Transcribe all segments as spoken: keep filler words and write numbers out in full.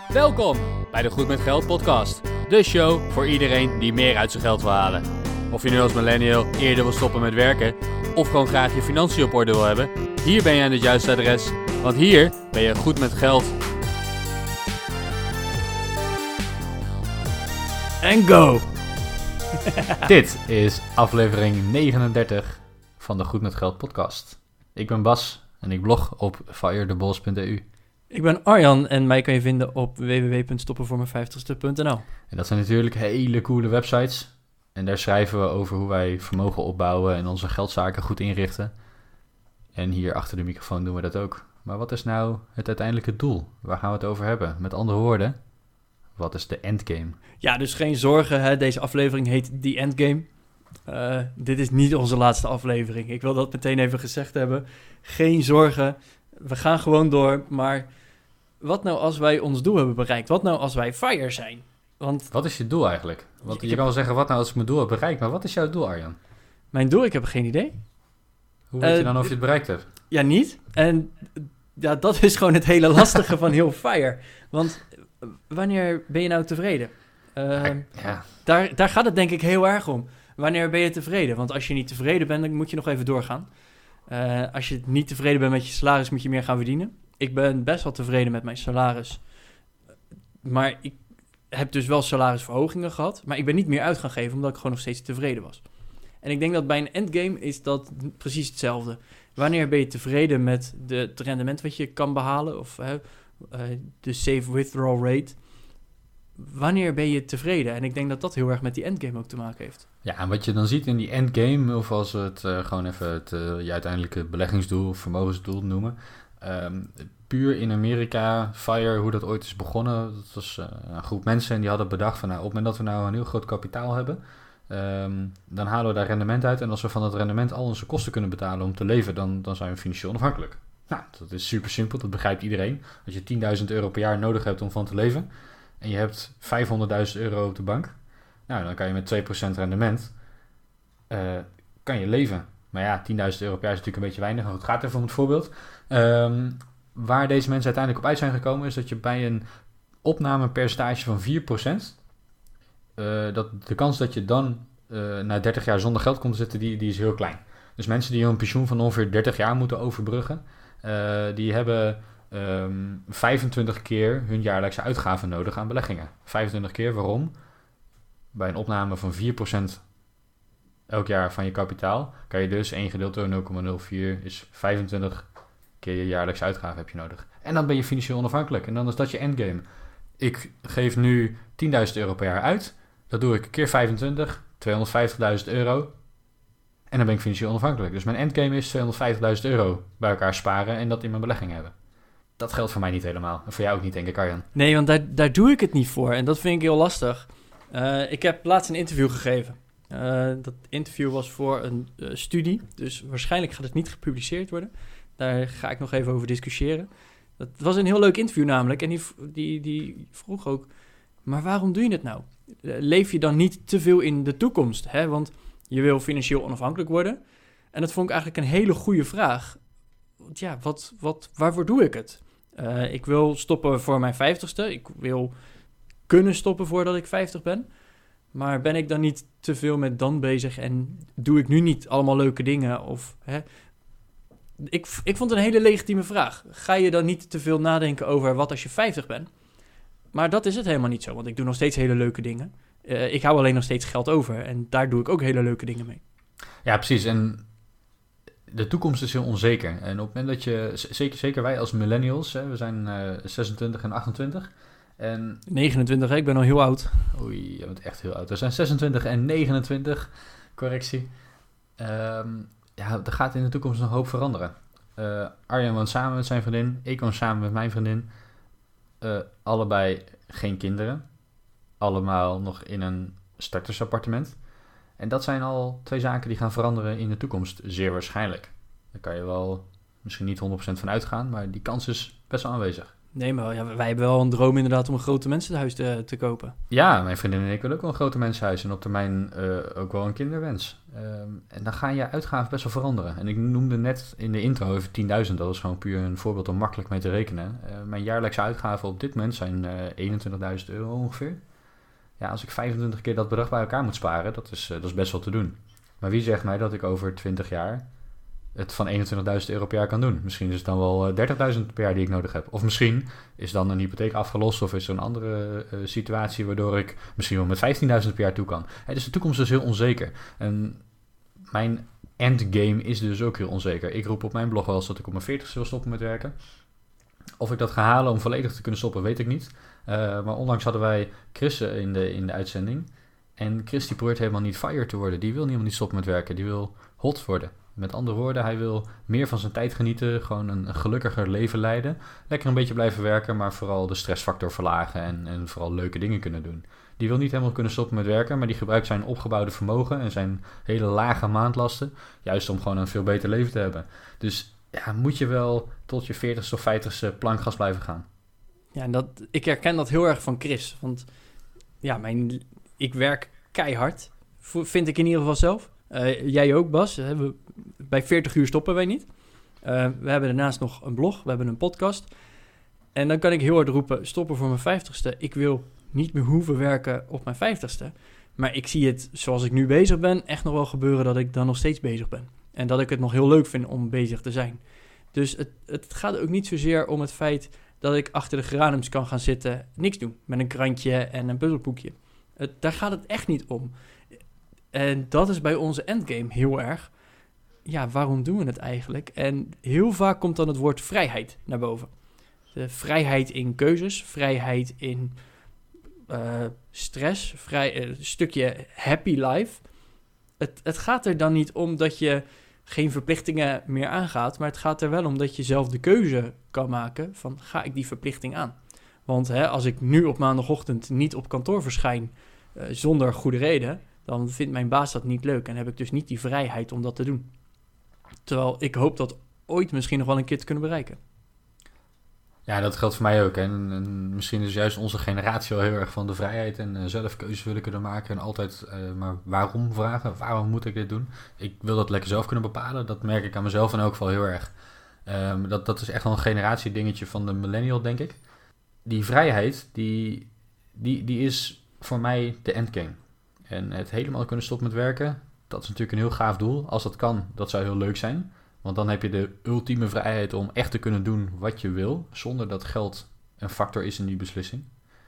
Welkom bij de Goed Met Geld podcast. De show voor iedereen die meer uit zijn geld wil halen. Of je nu als millennial eerder wil stoppen met werken of gewoon graag je financiën op orde wil hebben, hier ben je aan het juiste adres, want hier ben je goed met geld. En go! Dit is aflevering negenendertig van de Goed Met Geld podcast. Ik ben Bas en ik blog op fire the boss punt e u. Ik ben Arjan en mij kan je vinden op w w w punt stoppen voor mijn vijftigste punt n l. En dat zijn natuurlijk hele coole websites. En daar schrijven we over hoe wij vermogen opbouwen en onze geldzaken goed inrichten. En hier achter de microfoon doen we dat ook. Maar wat is nou het uiteindelijke doel? Waar gaan we het over hebben? Met andere woorden, wat is de endgame? Ja, dus geen zorgen, hè? Deze aflevering heet The Endgame. Uh, dit is niet onze laatste aflevering. Ik wil dat meteen even gezegd hebben. Geen zorgen, we gaan gewoon door. Maar wat nou als wij ons doel hebben bereikt? Wat nou als wij FIRE zijn? Want Wat is je doel eigenlijk? Want Ik je heb- kan wel zeggen, wat nou als ik mijn doel heb bereikt, maar wat is jouw doel, Arjan? mijn doel, ik heb geen idee. Hoe weet Eh, je dan of je het bereikt hebt? Ja, niet. En ja, dat is gewoon het hele lastige van heel FIRE. Want uh, wanneer ben je nou tevreden? Uh, Ja, Daar, daar gaat het denk ik heel erg om. Wanneer ben je tevreden? Want als je niet tevreden bent, dan moet je nog even doorgaan. Uh, als je niet tevreden bent met je salaris, moet je meer gaan verdienen. Ik ben best wel tevreden met mijn salaris. Maar ik heb dus wel salarisverhogingen gehad. Maar ik ben niet meer uit gaan geven, omdat ik gewoon nog steeds tevreden was. En ik denk dat bij een endgame is dat precies hetzelfde. Wanneer ben je tevreden met de, het rendement wat je kan behalen? Of uh, uh, de safe withdrawal rate? Wanneer ben je tevreden? En ik denk dat dat heel erg met die endgame ook te maken heeft. Ja, en wat je dan ziet in die endgame, of als we het uh, gewoon even het uh, je uiteindelijke beleggingsdoel of vermogensdoel noemen. Um, puur in Amerika, FIRE, hoe dat ooit is begonnen. Dat was uh, een groep mensen en die hadden bedacht van, nou, op het moment dat we nou een heel groot kapitaal hebben, um, dan halen we daar rendement uit. En als we van dat rendement al onze kosten kunnen betalen om te leven, dan, dan zijn we financieel onafhankelijk. Nou, dat is super simpel, dat begrijpt iedereen. Als je tienduizend euro per jaar nodig hebt om van te leven en je hebt vijfhonderdduizend euro op de bank, nou, dan kan je met twee procent rendement uh, kan je leven. Maar ja, tienduizend euro per jaar is natuurlijk een beetje weinig. Maar het gaat even om het voorbeeld. Um, waar deze mensen uiteindelijk op uit zijn gekomen is dat je bij een opnamepercentage van vier procent, uh, dat de kans dat je dan uh, na dertig jaar zonder geld komt te zitten, die, die is heel klein. Dus mensen die hun pensioen van ongeveer dertig jaar moeten overbruggen, uh, die hebben um, vijfentwintig keer hun jaarlijkse uitgaven nodig aan beleggingen. vijfentwintig keer, waarom? Bij een opname van vier procent elk jaar van je kapitaal, kan je dus één gedeeld door nul komma nul vier is vijfentwintig keer je jaarlijkse uitgave heb je nodig. En dan ben je financieel onafhankelijk. En dan is dat je endgame. Ik geef nu tienduizend euro per jaar uit. Dat doe ik keer vijfentwintig, tweehonderdvijftigduizend euro. En dan ben ik financieel onafhankelijk. Dus mijn endgame is tweehonderdvijftigduizend euro bij elkaar sparen en dat in mijn belegging hebben. Dat geldt voor mij niet helemaal. En voor jou ook niet, denk ik, Arjan. Nee, want daar, daar doe ik het niet voor. En dat vind ik heel lastig. Uh, ik heb laatst een interview gegeven. Uh, dat interview was voor een uh, studie. Dus waarschijnlijk gaat het niet gepubliceerd worden. Daar ga ik nog even over discussiëren. Dat was een heel leuk interview namelijk. En die, die, die vroeg ook, maar waarom doe je het nou? Uh, leef je dan niet te veel in de toekomst? Hè? Want je wil financieel onafhankelijk worden. En dat vond ik eigenlijk een hele goede vraag. Want ja, wat, wat, waarvoor doe ik het? Uh, ik wil stoppen voor mijn vijftigste. Ik wil kunnen stoppen voordat ik vijftig ben. Maar ben ik dan niet te veel met dan bezig en doe ik nu niet allemaal leuke dingen? Of, hè? Ik, ik vond het een hele legitieme vraag. Ga je dan niet te veel nadenken over wat als je vijftig bent? Maar dat is het helemaal niet zo, want ik doe nog steeds hele leuke dingen. Uh, ik hou alleen nog steeds geld over en daar doe ik ook hele leuke dingen mee. Ja, precies. En de toekomst is heel onzeker. En op het moment dat je, zeker, zeker wij als millennials, hè, we zijn uh, zesentwintig en achtentwintig... En negenentwintig, hè? Ik ben al heel oud. Oei, je bent echt heel oud. We zijn zesentwintig en negenentwintig, correctie. Um, ja, er gaat in de toekomst nog een hoop veranderen. Uh, Arjan woont samen met zijn vriendin. Ik woon samen met mijn vriendin. Uh, allebei geen kinderen. Allemaal nog in een startersappartement. En dat zijn al twee zaken die gaan veranderen in de toekomst. Zeer waarschijnlijk. Daar kan je wel misschien niet honderd procent van uitgaan, maar die kans is best wel aanwezig. Nee, maar ja, wij hebben wel een droom inderdaad om een grote mensenhuis te, te kopen. Ja, mijn vriendin en ik willen ook wel een grote mensenhuis en op termijn uh, ook wel een kinderwens. Um, en dan gaan je uitgaven best wel veranderen. En ik noemde net in de intro even tienduizend, dat is gewoon puur een voorbeeld om makkelijk mee te rekenen. Uh, mijn jaarlijkse uitgaven op dit moment zijn uh, eenentwintigduizend euro ongeveer. Ja, als ik vijfentwintig keer dat bedrag bij elkaar moet sparen, dat is, uh, dat is best wel te doen. Maar wie zegt mij dat ik over twintig jaar het van eenentwintigduizend euro per jaar kan doen? Misschien is het dan wel uh, dertigduizend per jaar die ik nodig heb. Of misschien is dan een hypotheek afgelost of is er een andere uh, situatie waardoor ik misschien wel met vijftienduizend per jaar toe kan. Hey, dus de toekomst is heel onzeker. En mijn endgame is dus ook heel onzeker. Ik roep op mijn blog wel eens dat ik op mijn veertigste wil stoppen met werken. Of ik dat ga halen om volledig te kunnen stoppen, weet ik niet. Uh, maar onlangs hadden wij Chris in de, in de uitzending. En Chris die probeert helemaal niet fire te worden. Die wil helemaal niet stoppen met werken. Die wil hot worden. Met andere woorden, hij wil meer van zijn tijd genieten. Gewoon een, een gelukkiger leven leiden. Lekker een beetje blijven werken, maar vooral de stressfactor verlagen. En, en vooral leuke dingen kunnen doen. Die wil niet helemaal kunnen stoppen met werken. Maar die gebruikt zijn opgebouwde vermogen en zijn hele lage maandlasten. Juist om gewoon een veel beter leven te hebben. Dus ja, moet je wel tot je veertigste of vijftigste plankgas blijven gaan. Ja, en dat, ik herken dat heel erg van Chris. Want ja, mijn, ik werk keihard, vind ik in ieder geval zelf. Uh, jij ook, Bas. We, bij veertig uur stoppen wij niet. Uh, we hebben daarnaast nog een blog, we hebben een podcast. En dan kan ik heel hard roepen, stoppen voor mijn vijftigste. Ik wil niet meer hoeven werken op mijn vijftigste. Maar ik zie het, zoals ik nu bezig ben, echt nog wel gebeuren dat ik dan nog steeds bezig ben. En dat ik het nog heel leuk vind om bezig te zijn. Dus het, het gaat ook niet zozeer om het feit dat ik achter de geraniums kan gaan zitten, niks doen. Met een krantje en een puzzelboekje. Het, daar gaat het echt niet om. En dat is bij onze endgame heel erg. Ja, waarom doen we het eigenlijk? En heel vaak komt dan het woord vrijheid naar boven. De vrijheid in keuzes, vrijheid in uh, stress, vrij, uh, een stukje happy life. Het, het gaat er dan niet om dat je geen verplichtingen meer aangaat, maar het gaat er wel om dat je zelf de keuze kan maken van, ga ik die verplichting aan? Want hè, als ik nu op maandagochtend niet op kantoor verschijn uh, zonder goede reden, dan vindt mijn baas dat niet leuk en heb ik dus niet die vrijheid om dat te doen. Terwijl ik hoop dat ooit misschien nog wel een keer te kunnen bereiken. Ja, dat geldt voor mij ook. Hè. En, en misschien is juist onze generatie wel heel erg van de vrijheid en uh, zelf keuzes willen kunnen maken. En altijd uh, maar waarom vragen, waarom moet ik dit doen? Ik wil dat lekker zelf kunnen bepalen. Dat merk ik aan mezelf in elk geval heel erg. Um, dat, dat is echt wel een generatiedingetje van de millennial, denk ik. Die vrijheid, die, die, die is voor mij de endgame. En het helemaal kunnen stoppen met werken, dat is natuurlijk een heel gaaf doel. Als dat kan, dat zou heel leuk zijn. Want dan heb je de ultieme vrijheid om echt te kunnen doen wat je wil, zonder dat geld een factor is in die beslissing.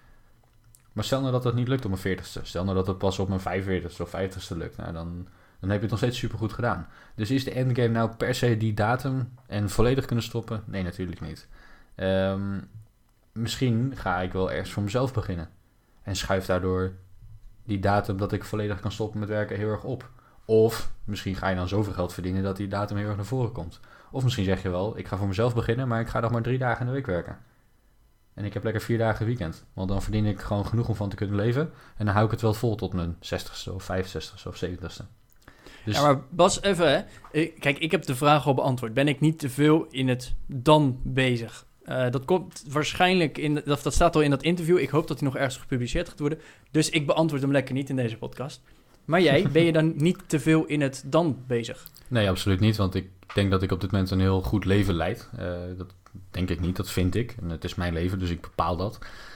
Maar stel nou dat dat niet lukt op mijn veertigste. Stel nou dat het pas op mijn vijfenveertigste of vijftigste lukt. Nou, dan, dan heb je het nog steeds supergoed gedaan. Dus is de endgame nou per se die datum en volledig kunnen stoppen? Nee, natuurlijk niet. Um, misschien ga ik wel ergens voor mezelf beginnen. En schuif daardoor die datum dat ik volledig kan stoppen met werken heel erg op. Of misschien ga je dan zoveel geld verdienen dat die datum heel erg naar voren komt. Of misschien zeg je wel, ik ga voor mezelf beginnen, maar ik ga nog maar drie dagen in de week werken. En ik heb lekker vier dagen weekend. Want dan verdien ik gewoon genoeg om van te kunnen leven. En dan hou ik het wel vol tot mijn zestigste of vijfenzestigste of zeventigste. Dus... Ja, maar Bas, even hè. Kijk, ik heb de vraag al beantwoord. Ben ik niet te veel in het dan bezig? Uh, dat komt waarschijnlijk in, de, dat, dat staat al in dat interview. Ik hoop dat hij nog ergens gepubliceerd gaat worden. Dus ik beantwoord hem lekker niet in deze podcast. Maar jij, ben je dan niet te veel in het dan bezig? Nee, absoluut niet. Want ik denk dat ik op dit moment een heel goed leven leid. Uh, dat denk ik niet, dat vind ik. En het is mijn leven, dus ik bepaal dat.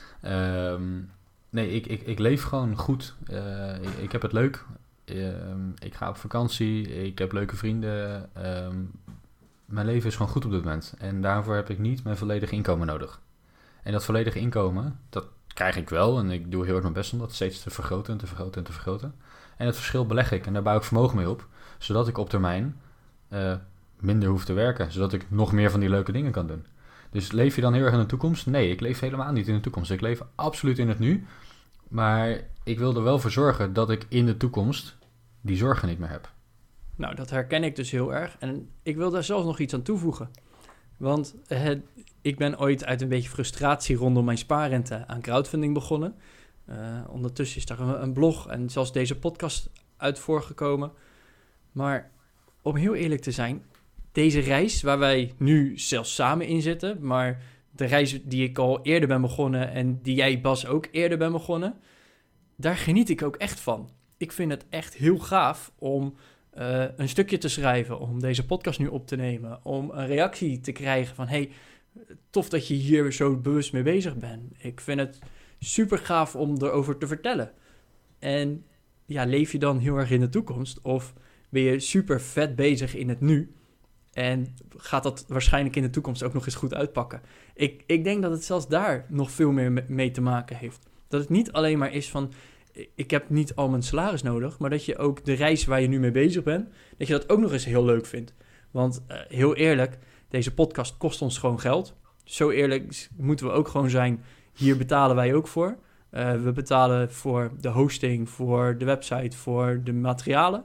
Um, nee, ik, ik, ik leef gewoon goed. Uh, ik, ik heb het leuk. Um, ik ga op vakantie. Ik heb leuke vrienden. Um, mijn leven is gewoon goed op dit moment. En daarvoor heb ik niet mijn volledige inkomen nodig. En dat volledige inkomen, dat krijg ik wel. En ik doe heel erg mijn best om dat steeds te vergroten en te vergroten en te vergroten. En het verschil beleg ik en daar bouw ik vermogen mee op. Zodat ik op termijn uh, minder hoef te werken. Zodat ik nog meer van die leuke dingen kan doen. Dus leef je dan heel erg in de toekomst? Nee, ik leef helemaal niet in de toekomst. Ik leef absoluut in het nu. Maar ik wil er wel voor zorgen dat ik in de toekomst die zorgen niet meer heb. Nou, dat herken ik dus heel erg. En ik wil daar zelfs nog iets aan toevoegen. Want het, ik ben ooit uit een beetje frustratie rondom mijn spaarrente aan crowdfunding begonnen. Uh, ondertussen is daar een, een blog en zelfs deze podcast uit voorgekomen. Maar om heel eerlijk te zijn, deze reis waar wij nu zelfs samen in zitten, maar de reis die ik al eerder ben begonnen en die jij, Bas, ook eerder bent begonnen, daar geniet ik ook echt van. Ik vind het echt heel gaaf om uh, een stukje te schrijven, om deze podcast nu op te nemen, om een reactie te krijgen van, hey, tof dat je hier zo bewust mee bezig bent. Ik vind het super gaaf om erover te vertellen. En ja, leef je dan heel erg in de toekomst of ben je super vet bezig in het nu en gaat dat waarschijnlijk in de toekomst ook nog eens goed uitpakken? Ik, ik denk dat het zelfs daar nog veel meer mee te maken heeft. Dat het niet alleen maar is van, ik heb niet al mijn salaris nodig, maar dat je ook de reis waar je nu mee bezig bent, dat je dat ook nog eens heel leuk vindt. Want uh, heel eerlijk, deze podcast kost ons gewoon geld. Zo eerlijk moeten we ook gewoon zijn, hier betalen wij ook voor. Uh, we betalen voor de hosting, voor de website, voor de materialen.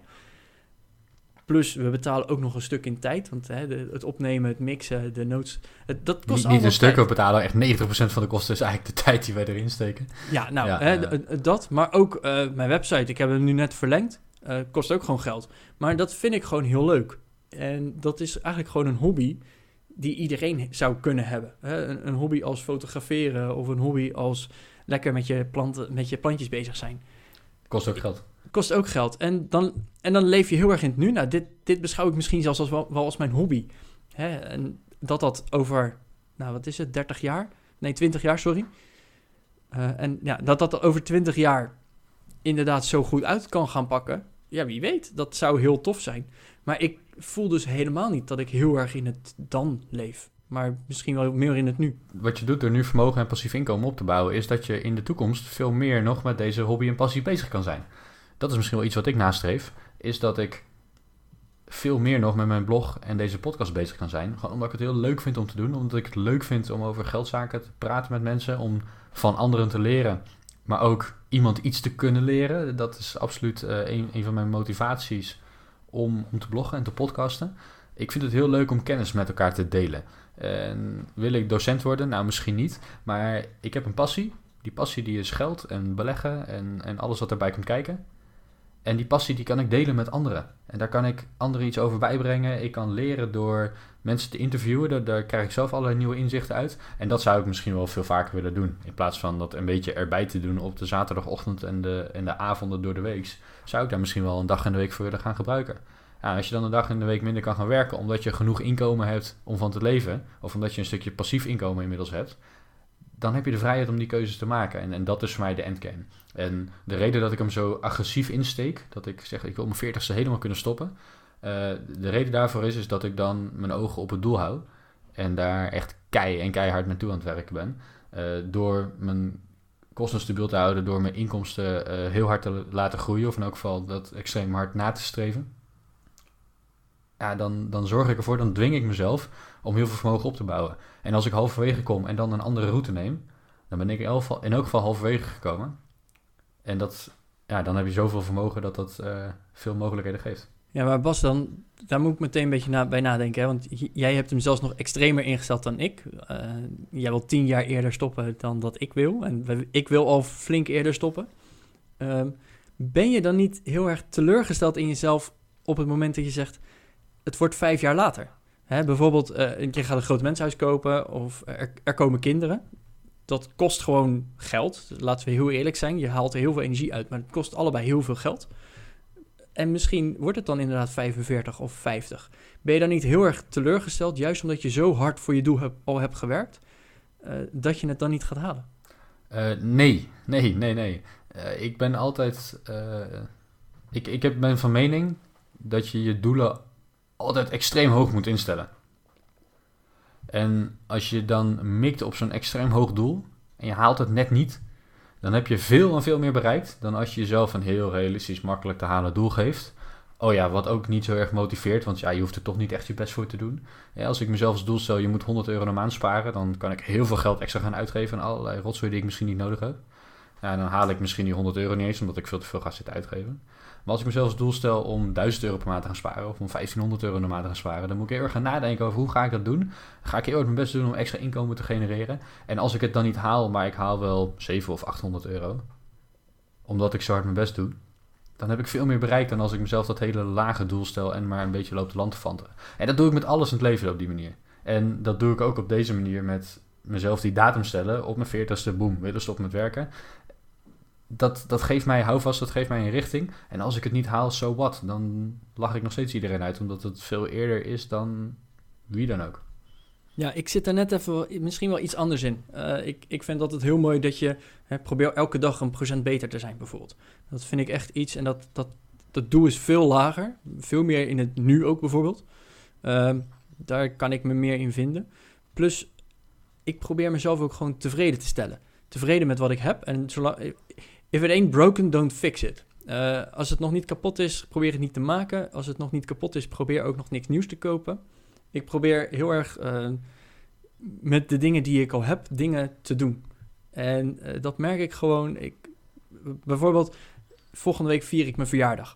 Plus, we betalen ook nog een stuk in tijd. Want hè, de, het opnemen, het mixen, de notes, het, dat kost niet, allemaal niet een stuk, tijd. we betalen echt negentig procent van de kosten is eigenlijk de tijd die wij erin steken. Ja, nou, Ja, hè, ja. d- dat. Maar ook uh, mijn website, ik heb hem nu net verlengd. Uh, kost ook gewoon geld. Maar dat vind ik gewoon heel leuk. En dat is eigenlijk gewoon een hobby die iedereen zou kunnen hebben. Hè? Een, een hobby als fotograferen of een hobby als lekker met je, planten, met je plantjes bezig zijn. Kost ook geld. Kost ook geld. En dan, en dan leef je heel erg in het nu. Nou, dit, dit beschouw ik misschien zelfs als wel, wel als mijn hobby. Hè? En dat dat over, nou wat is het, dertig jaar? Nee, twintig jaar, sorry. Uh, en ja, dat dat over twintig jaar inderdaad zo goed uit kan gaan pakken. Ja, wie weet. Dat zou heel tof zijn. Maar ik voel dus helemaal niet dat ik heel erg in het dan leef. Maar misschien wel meer in het nu. Wat je doet door nu vermogen en passief inkomen op te bouwen, is dat je in de toekomst veel meer nog met deze hobby en passie bezig kan zijn. Dat is misschien wel iets wat ik nastreef, is dat ik veel meer nog met mijn blog en deze podcast bezig kan zijn. Gewoon omdat ik het heel leuk vind om te doen. Omdat ik het leuk vind om over geldzaken te praten met mensen. Om van anderen te leren. Maar ook iemand iets te kunnen leren. Dat is absoluut uh, een, een van mijn motivaties om, om te bloggen en te podcasten. Ik vind het heel leuk om kennis met elkaar te delen. En wil ik docent worden? Nou, misschien niet. Maar ik heb een passie. Die passie die is geld en beleggen en, en alles wat erbij komt kijken. En die passie die kan ik delen met anderen. En daar kan ik anderen iets over bijbrengen. Ik kan leren door mensen te interviewen. Daar, daar krijg ik zelf allerlei nieuwe inzichten uit. En dat zou ik misschien wel veel vaker willen doen. In plaats van dat een beetje erbij te doen op de zaterdagochtend en de, en de avonden door de week. Zou ik daar misschien wel een dag in de week voor willen gaan gebruiken. Ja, als je dan een dag in de week minder kan gaan werken omdat je genoeg inkomen hebt om van te leven. Of omdat je een stukje passief inkomen inmiddels hebt. Dan heb je de vrijheid om die keuzes te maken. En, en dat is voor mij de endgame. En de reden dat ik hem zo agressief insteek, dat ik zeg ik wil mijn veertigste helemaal kunnen stoppen. Uh, de reden daarvoor is, is dat ik dan mijn ogen op het doel hou. En daar echt kei en keihard naartoe aan het werken ben. Uh, door mijn kosten stabiel te houden, door mijn inkomsten uh, heel hard te laten groeien. Of in elk geval dat extreem hard na te streven. Ja, dan, dan zorg ik ervoor, dan dwing ik mezelf om heel veel vermogen op te bouwen. En als ik halverwege kom en dan een andere route neem, dan ben ik in elk geval, in elk geval halverwege gekomen. En dat, ja, dan heb je zoveel vermogen dat dat uh, veel mogelijkheden geeft. Ja, maar Bas, dan, daar moet ik meteen een beetje na, bij nadenken. Hè? Want j- jij hebt hem zelfs nog extremer ingesteld dan ik. Uh, jij wil tien jaar eerder stoppen dan dat ik wil. En we, ik wil al flink eerder stoppen. Uh, ben je dan niet heel erg teleurgesteld in jezelf op het moment dat je zegt, het wordt vijf jaar later? Hè, bijvoorbeeld, uh, je gaat een groot menshuis kopen of er, er komen kinderen. Dat kost gewoon geld. Laten we heel eerlijk zijn. Je haalt er heel veel energie uit, maar het kost allebei heel veel geld. En misschien wordt het dan inderdaad vijfenveertig of vijftig. Ben je dan niet heel erg teleurgesteld, juist omdat je zo hard voor je doel heb, al hebt gewerkt, uh, dat je het dan niet gaat halen? Uh, nee, nee, nee, nee. Uh, ik ben altijd... Uh, ik, ik heb, ben van mening dat je je doelen altijd extreem hoog moet instellen. En als je dan mikt op zo'n extreem hoog doel en je haalt het net niet, dan heb je veel en veel meer bereikt dan als je jezelf een heel realistisch, makkelijk te halen doel geeft. Oh ja, wat ook niet zo erg motiveert, want ja, je hoeft er toch niet echt je best voor te doen. Ja, als ik mezelf als doel stel, je moet honderd euro per maand sparen, dan kan ik heel veel geld extra gaan uitgeven aan allerlei rotzooi die ik misschien niet nodig heb. Ja, dan haal ik misschien die honderd euro niet eens, omdat ik veel te veel ga zitten uitgeven. Maar als ik mezelf als doel stel om duizend euro per maand te gaan sparen, of om vijftienhonderd euro per maand te gaan sparen, dan moet ik heel erg gaan nadenken over hoe ga ik dat doen. Ga ik heel erg mijn best doen om extra inkomen te genereren. En als ik het dan niet haal, maar ik haal wel zevenhonderd of achthonderd euro, omdat ik zo hard mijn best doe, dan heb ik veel meer bereikt dan als ik mezelf dat hele lage doel stel en maar een beetje loop te land te fanteren. En dat doe ik met alles in het leven op die manier. En dat doe ik ook op deze manier met mezelf die datum stellen. Op mijn veertigste, boem, willen stoppen met werken. Dat, dat geeft mij houvast, dat geeft mij een richting. En als ik het niet haal, so what? Dan lach ik nog steeds iedereen uit, omdat het veel eerder is dan wie dan ook. Ja, ik zit daar net even misschien wel iets anders in. Uh, ik, ik vind dat het heel mooi dat je hè, probeert elke dag een procent beter te zijn bijvoorbeeld. Dat vind ik echt iets en dat, dat, dat doel is veel lager. Veel meer in het nu ook bijvoorbeeld. Uh, daar kan ik me meer in vinden. Plus, ik probeer mezelf ook gewoon tevreden te stellen. Tevreden met wat ik heb. En zolang, if it ain't broken, don't fix it. Uh, als het nog niet kapot is, probeer het niet te maken. Als het nog niet kapot is, probeer ook nog niks nieuws te kopen. Ik probeer heel erg uh, met de dingen die ik al heb, dingen te doen. En uh, dat merk ik gewoon. Ik, bijvoorbeeld, volgende week vier ik mijn verjaardag.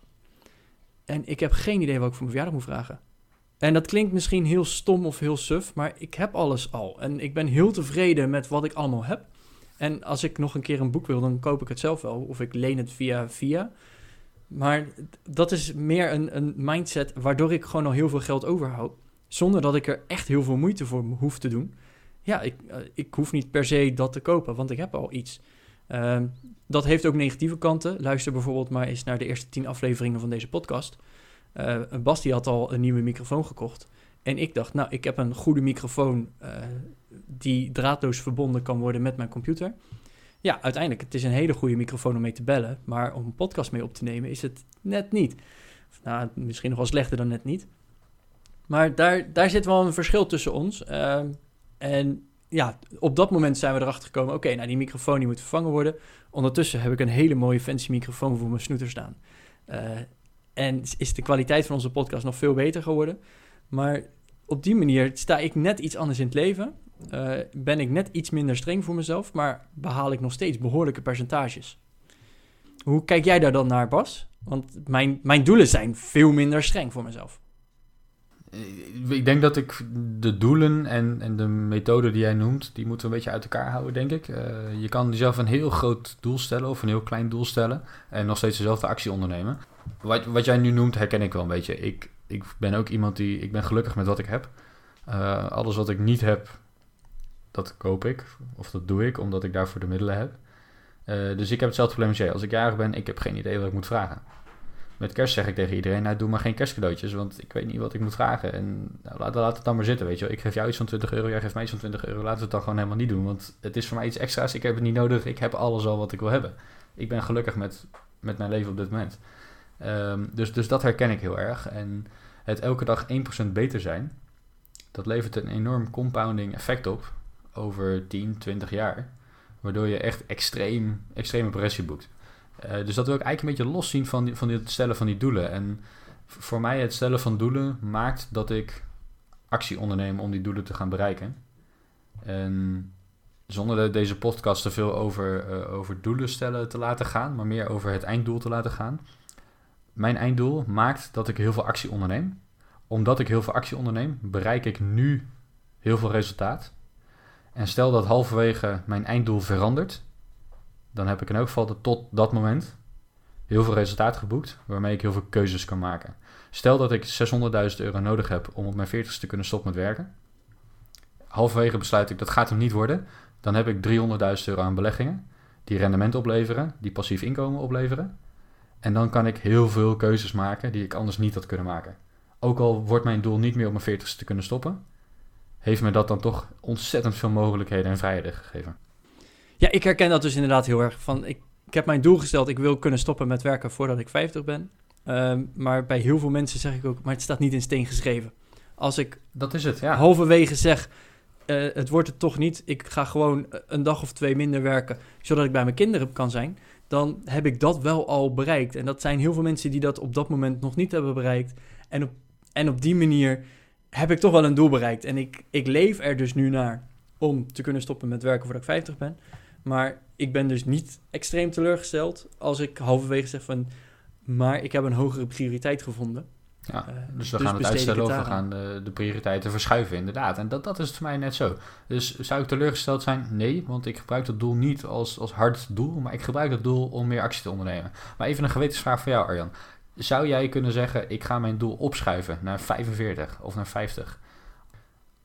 En ik heb geen idee wat ik voor mijn verjaardag moet vragen. En dat klinkt misschien heel stom of heel suf, maar ik heb alles al. En ik ben heel tevreden met wat ik allemaal heb. En als ik nog een keer een boek wil, dan koop ik het zelf wel. Of ik leen het via via. Maar dat is meer een, een mindset waardoor ik gewoon al heel veel geld overhoud. Zonder dat ik er echt heel veel moeite voor hoef te doen. Ja, ik, uh, ik hoef niet per se dat te kopen, want ik heb al iets. Uh, dat heeft ook negatieve kanten. Luister bijvoorbeeld maar eens naar de eerste tien afleveringen van deze podcast. Uh, Bas die had al een nieuwe microfoon gekocht. En ik dacht, nou, ik heb een goede microfoon uh, die draadloos verbonden kan worden met mijn computer. Ja, uiteindelijk, het is een hele goede microfoon om mee te bellen. Maar om een podcast mee op te nemen is het net niet. Nou, misschien nog wel slechter dan net niet. Maar daar, daar zit wel een verschil tussen ons. Uh, en ja, op dat moment zijn we erachter gekomen. Oké, okay, nou die microfoon die moet vervangen worden. Ondertussen heb ik een hele mooie fancy microfoon voor mijn snoeter staan. Uh, en is de kwaliteit van onze podcast nog veel beter geworden. Maar op die manier sta ik net iets anders in het leven. Uh, ben ik net iets minder streng voor mezelf. Maar behaal ik nog steeds behoorlijke percentages. Hoe kijk jij daar dan naar, Bas? Want mijn, mijn doelen zijn veel minder streng voor mezelf. Ik denk dat ik de doelen en, en de methode die jij noemt, die moeten we een beetje uit elkaar houden, denk ik. Uh, je kan jezelf een heel groot doel stellen of een heel klein doel stellen en nog steeds dezelfde actie ondernemen. Wat, wat jij nu noemt, herken ik wel een beetje. Ik, ik ben ook iemand die, ik ben gelukkig met wat ik heb. Uh, alles wat ik niet heb, dat koop ik of dat doe ik, omdat ik daarvoor de middelen heb. Uh, dus ik heb hetzelfde probleem als jij. Als ik jarig ben, ik heb geen idee wat ik moet vragen. Met kerst zeg ik tegen iedereen, nou doe maar geen kerstcadeautjes, want ik weet niet wat ik moet vragen. En nou, laat, laat het dan maar zitten, weet je wel. Ik geef jou iets van twintig euro, jij geeft mij iets van twintig euro. Laten we het dan gewoon helemaal niet doen, want het is voor mij iets extra's. Ik heb het niet nodig, ik heb alles al wat ik wil hebben. Ik ben gelukkig met, met mijn leven op dit moment. Um, dus, dus dat herken ik heel erg. En het elke dag één procent beter zijn, dat levert een enorm compounding effect op over tien, twintig jaar. Waardoor je echt extreem, extreme progressie boekt. Uh, dus dat wil ik eigenlijk een beetje loszien van, die, van het stellen van die doelen. En voor mij het stellen van doelen maakt dat ik actie onderneem om die doelen te gaan bereiken. En zonder de, deze podcast te veel over, uh, over doelen stellen te laten gaan, maar meer over het einddoel te laten gaan. Mijn einddoel maakt dat ik heel veel actie onderneem. Omdat ik heel veel actie onderneem, bereik ik nu heel veel resultaat. En stel dat halverwege mijn einddoel verandert, dan heb ik in elk geval tot dat moment heel veel resultaat geboekt, waarmee ik heel veel keuzes kan maken. Stel dat ik zeshonderdduizend euro nodig heb om op mijn veertigste te kunnen stoppen met werken. Halverwege besluit ik dat gaat hem niet worden. Dan heb ik driehonderdduizend euro aan beleggingen, die rendement opleveren, die passief inkomen opleveren. En dan kan ik heel veel keuzes maken die ik anders niet had kunnen maken. Ook al wordt mijn doel niet meer op mijn veertigste te kunnen stoppen, heeft me dat dan toch ontzettend veel mogelijkheden en vrijheden gegeven. Ja, ik herken dat dus inderdaad heel erg. Van, ik, ik heb mijn doel gesteld, ik wil kunnen stoppen met werken voordat ik vijftig ben. Um, maar bij heel veel mensen zeg ik ook, maar het staat niet in steen geschreven. Als ik dat is het, ja. halverwege zeg, uh, het wordt het toch niet, ik ga gewoon een dag of twee minder werken, zodat ik bij mijn kinderen kan zijn, dan heb ik dat wel al bereikt. En dat zijn heel veel mensen die dat op dat moment nog niet hebben bereikt. En op, en op die manier heb ik toch wel een doel bereikt. En ik, ik leef er dus nu naar om te kunnen stoppen met werken voordat ik vijftig ben. Maar ik ben dus niet extreem teleurgesteld als ik halverwege zeg van, maar ik heb een hogere prioriteit gevonden. Ja, uh, dus we dus gaan het uitstellen of we gaan de, de prioriteiten verschuiven, inderdaad. En dat, dat is voor mij net zo. Dus zou ik teleurgesteld zijn? Nee, want ik gebruik dat doel niet als, als hard doel, maar ik gebruik dat doel om meer actie te ondernemen. Maar even een gewetensvraag voor jou, Arjan. Zou jij kunnen zeggen, ik ga mijn doel opschuiven naar vijfenveertig of naar vijftig?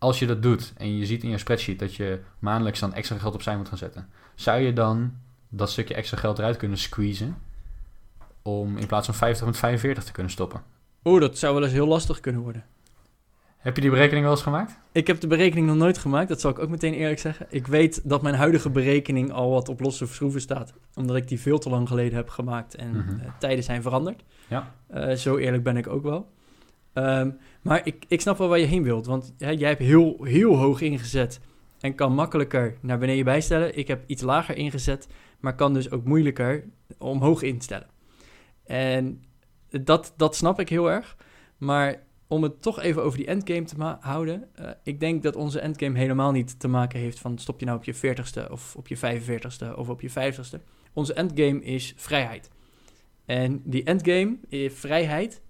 als je dat doet en je ziet in je spreadsheet dat je maandelijks dan extra geld opzij moet gaan zetten, zou je dan dat stukje extra geld eruit kunnen squeezen om in plaats van vijftig met vijfenveertig te kunnen stoppen? Oeh, dat zou wel eens heel lastig kunnen worden. Heb je die berekening wel eens gemaakt? Ik heb de berekening nog nooit gemaakt, dat zal ik ook meteen eerlijk zeggen. Ik weet dat mijn huidige berekening al wat op losse schroeven staat, omdat ik die veel te lang geleden heb gemaakt en Mm-hmm. uh, tijden zijn veranderd. Ja. Uh, zo eerlijk ben ik ook wel. Um, maar ik, ik snap wel waar je heen wilt, want hè, jij hebt heel, heel hoog ingezet en kan makkelijker naar beneden bijstellen. Ik heb iets lager ingezet, maar kan dus ook moeilijker omhoog instellen. En dat, dat snap ik heel erg, maar om het toch even over die endgame te ma- houden. Uh, ik denk dat onze endgame helemaal niet te maken heeft van stop je nou op je veertigste of op je vijfenveertigste of op je vijftigste. Onze endgame is vrijheid. En die endgame, eh, vrijheid,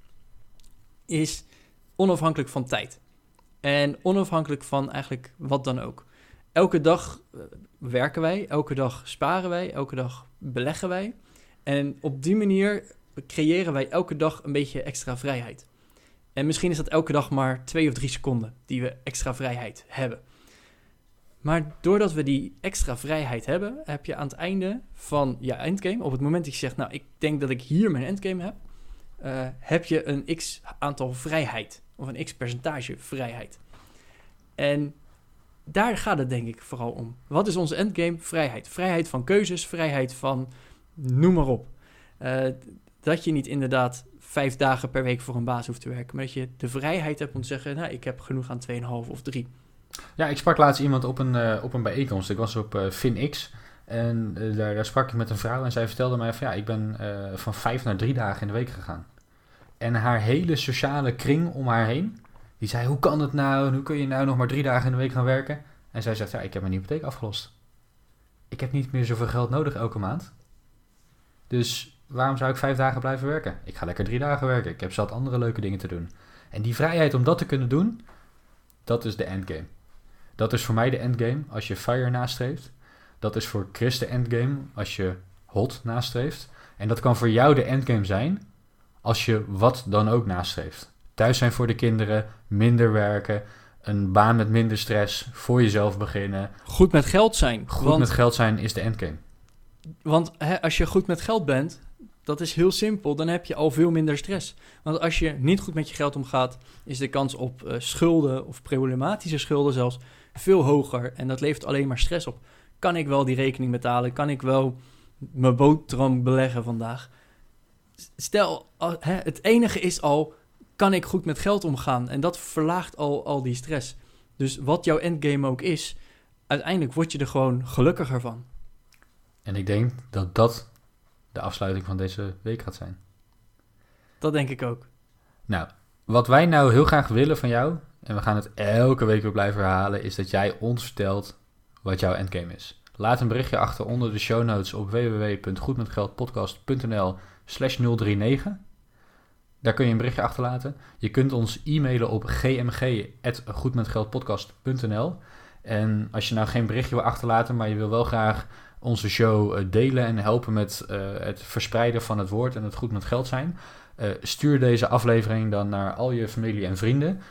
is onafhankelijk van tijd. En onafhankelijk van eigenlijk wat dan ook. Elke dag uh, werken wij, elke dag sparen wij, elke dag beleggen wij. En op die manier creëren wij elke dag een beetje extra vrijheid. En misschien is dat elke dag maar twee of drie seconden die we extra vrijheid hebben. Maar doordat we die extra vrijheid hebben, heb je aan het einde van je endgame, op het moment dat je zegt, nou, ik denk dat ik hier mijn endgame heb, uh, heb je een x aantal vrijheid, of een x percentage vrijheid. En daar gaat het denk ik vooral om. Wat is onze endgame? Vrijheid. Vrijheid van keuzes, vrijheid van noem maar op. Uh, dat je niet inderdaad vijf dagen per week voor een baas hoeft te werken, maar dat je de vrijheid hebt om te zeggen, nou, ik heb genoeg aan twee komma vijf of drie. Ja, ik sprak laatst iemand op een, uh, op een bijeenkomst. Ik was op uh, FinX en uh, daar, daar sprak ik met een vrouw en zij vertelde mij van ja, ik ben uh, van vijf naar drie dagen in de week gegaan. En haar hele sociale kring om haar heen, die zei, hoe kan het nou? En hoe kun je nou nog maar drie dagen in de week gaan werken? En zij zegt, ja, ik heb mijn hypotheek afgelost. Ik heb niet meer zoveel geld nodig elke maand. Dus waarom zou ik vijf dagen blijven werken? Ik ga lekker drie dagen werken. Ik heb zat andere leuke dingen te doen. En die vrijheid om dat te kunnen doen, dat is de endgame. Dat is voor mij de endgame als je fire nastreeft. Dat is voor Chris de endgame als je hot nastreeft. En dat kan voor jou de endgame zijn als je wat dan ook nastreeft. Thuis zijn voor de kinderen, minder werken, een baan met minder stress, voor jezelf beginnen. Goed met geld zijn. Goed want, met geld zijn is de endgame. Want hè, als je goed met geld bent, dat is heel simpel, dan heb je al veel minder stress. Want als je niet goed met je geld omgaat, is de kans op uh, schulden of problematische schulden zelfs veel hoger. En dat levert alleen maar stress op. Kan ik wel die rekening betalen? Kan ik wel mijn boterham beleggen vandaag? Stel, uh, hè, het enige is al, kan ik goed met geld omgaan? En dat verlaagt al, al die stress. Dus wat jouw endgame ook is, uiteindelijk word je er gewoon gelukkiger van. En ik denk dat dat de afsluiting van deze week gaat zijn. Dat denk ik ook. Nou, wat wij nou heel graag willen van jou, en we gaan het elke week weer blijven herhalen, is dat jij ons vertelt wat jouw endgame is. Laat een berichtje achter onder de show notes op w w w punt goedmetgeldpodcast punt n l slash nul drie negen. Daar kun je een berichtje achterlaten. Je kunt ons e-mailen op g m g at goedmetgeldpodcast punt n l. En als je nou geen berichtje wil achterlaten, maar je wil wel graag onze show delen en helpen met uh, het verspreiden van het woord en het goed met geld zijn, Uh, stuur deze aflevering dan naar al je familie en vrienden.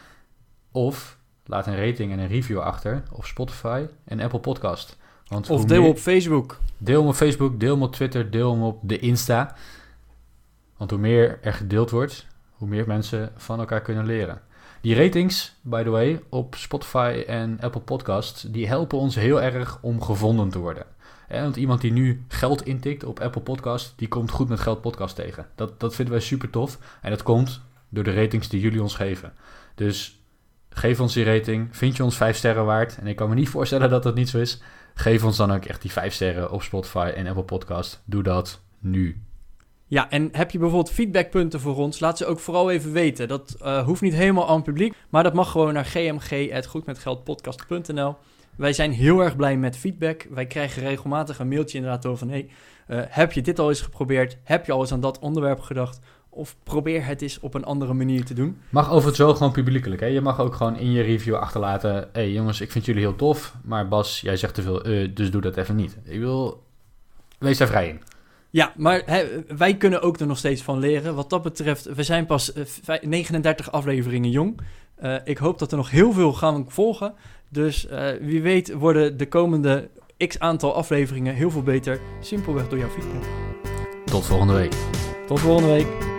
Of laat een rating en een review achter op Spotify en Apple Podcast. Want of deel meer, op Facebook. Deel hem op Facebook, deel hem op Twitter, deel hem op de Insta. Want hoe meer er gedeeld wordt, hoe meer mensen van elkaar kunnen leren. Die ratings, by the way, op Spotify en Apple Podcast, die helpen ons heel erg om gevonden te worden. Ja, want iemand die nu geld intikt op Apple Podcast, die komt Goed met Geld podcast tegen. Dat, dat vinden wij super tof. En dat komt door de ratings die jullie ons geven. Dus geef ons die rating. Vind je ons vijf sterren waard? En ik kan me niet voorstellen dat dat niet zo is. Geef ons dan ook echt die vijf sterren op Spotify en Apple Podcast. Doe dat nu. Ja, en heb je bijvoorbeeld feedbackpunten voor ons? Laat ze ook vooral even weten. Dat uh, hoeft niet helemaal aan het publiek, maar dat mag gewoon naar g m g at goedmetgeldpodcast punt n l. Wij zijn heel erg blij met feedback. Wij krijgen regelmatig een mailtje inderdaad over van, hey, uh, heb je dit al eens geprobeerd? Heb je al eens aan dat onderwerp gedacht? Of probeer het eens op een andere manier te doen. Mag over het zo gewoon publiekelijk. Hè? Je mag ook gewoon in je review achterlaten, hé hey, jongens, ik vind jullie heel tof, maar Bas, jij zegt te veel, uh, dus doe dat even niet. Ik wil, wees daar vrij in. Ja, maar hè, wij kunnen ook er nog steeds van leren. Wat dat betreft, we zijn pas uh, negenendertig afleveringen jong. Uh, ik hoop dat er nog heel veel gaan volgen. Dus uh, wie weet worden de komende x aantal afleveringen heel veel beter. Simpelweg door jouw feedback. Tot volgende week. Tot volgende week.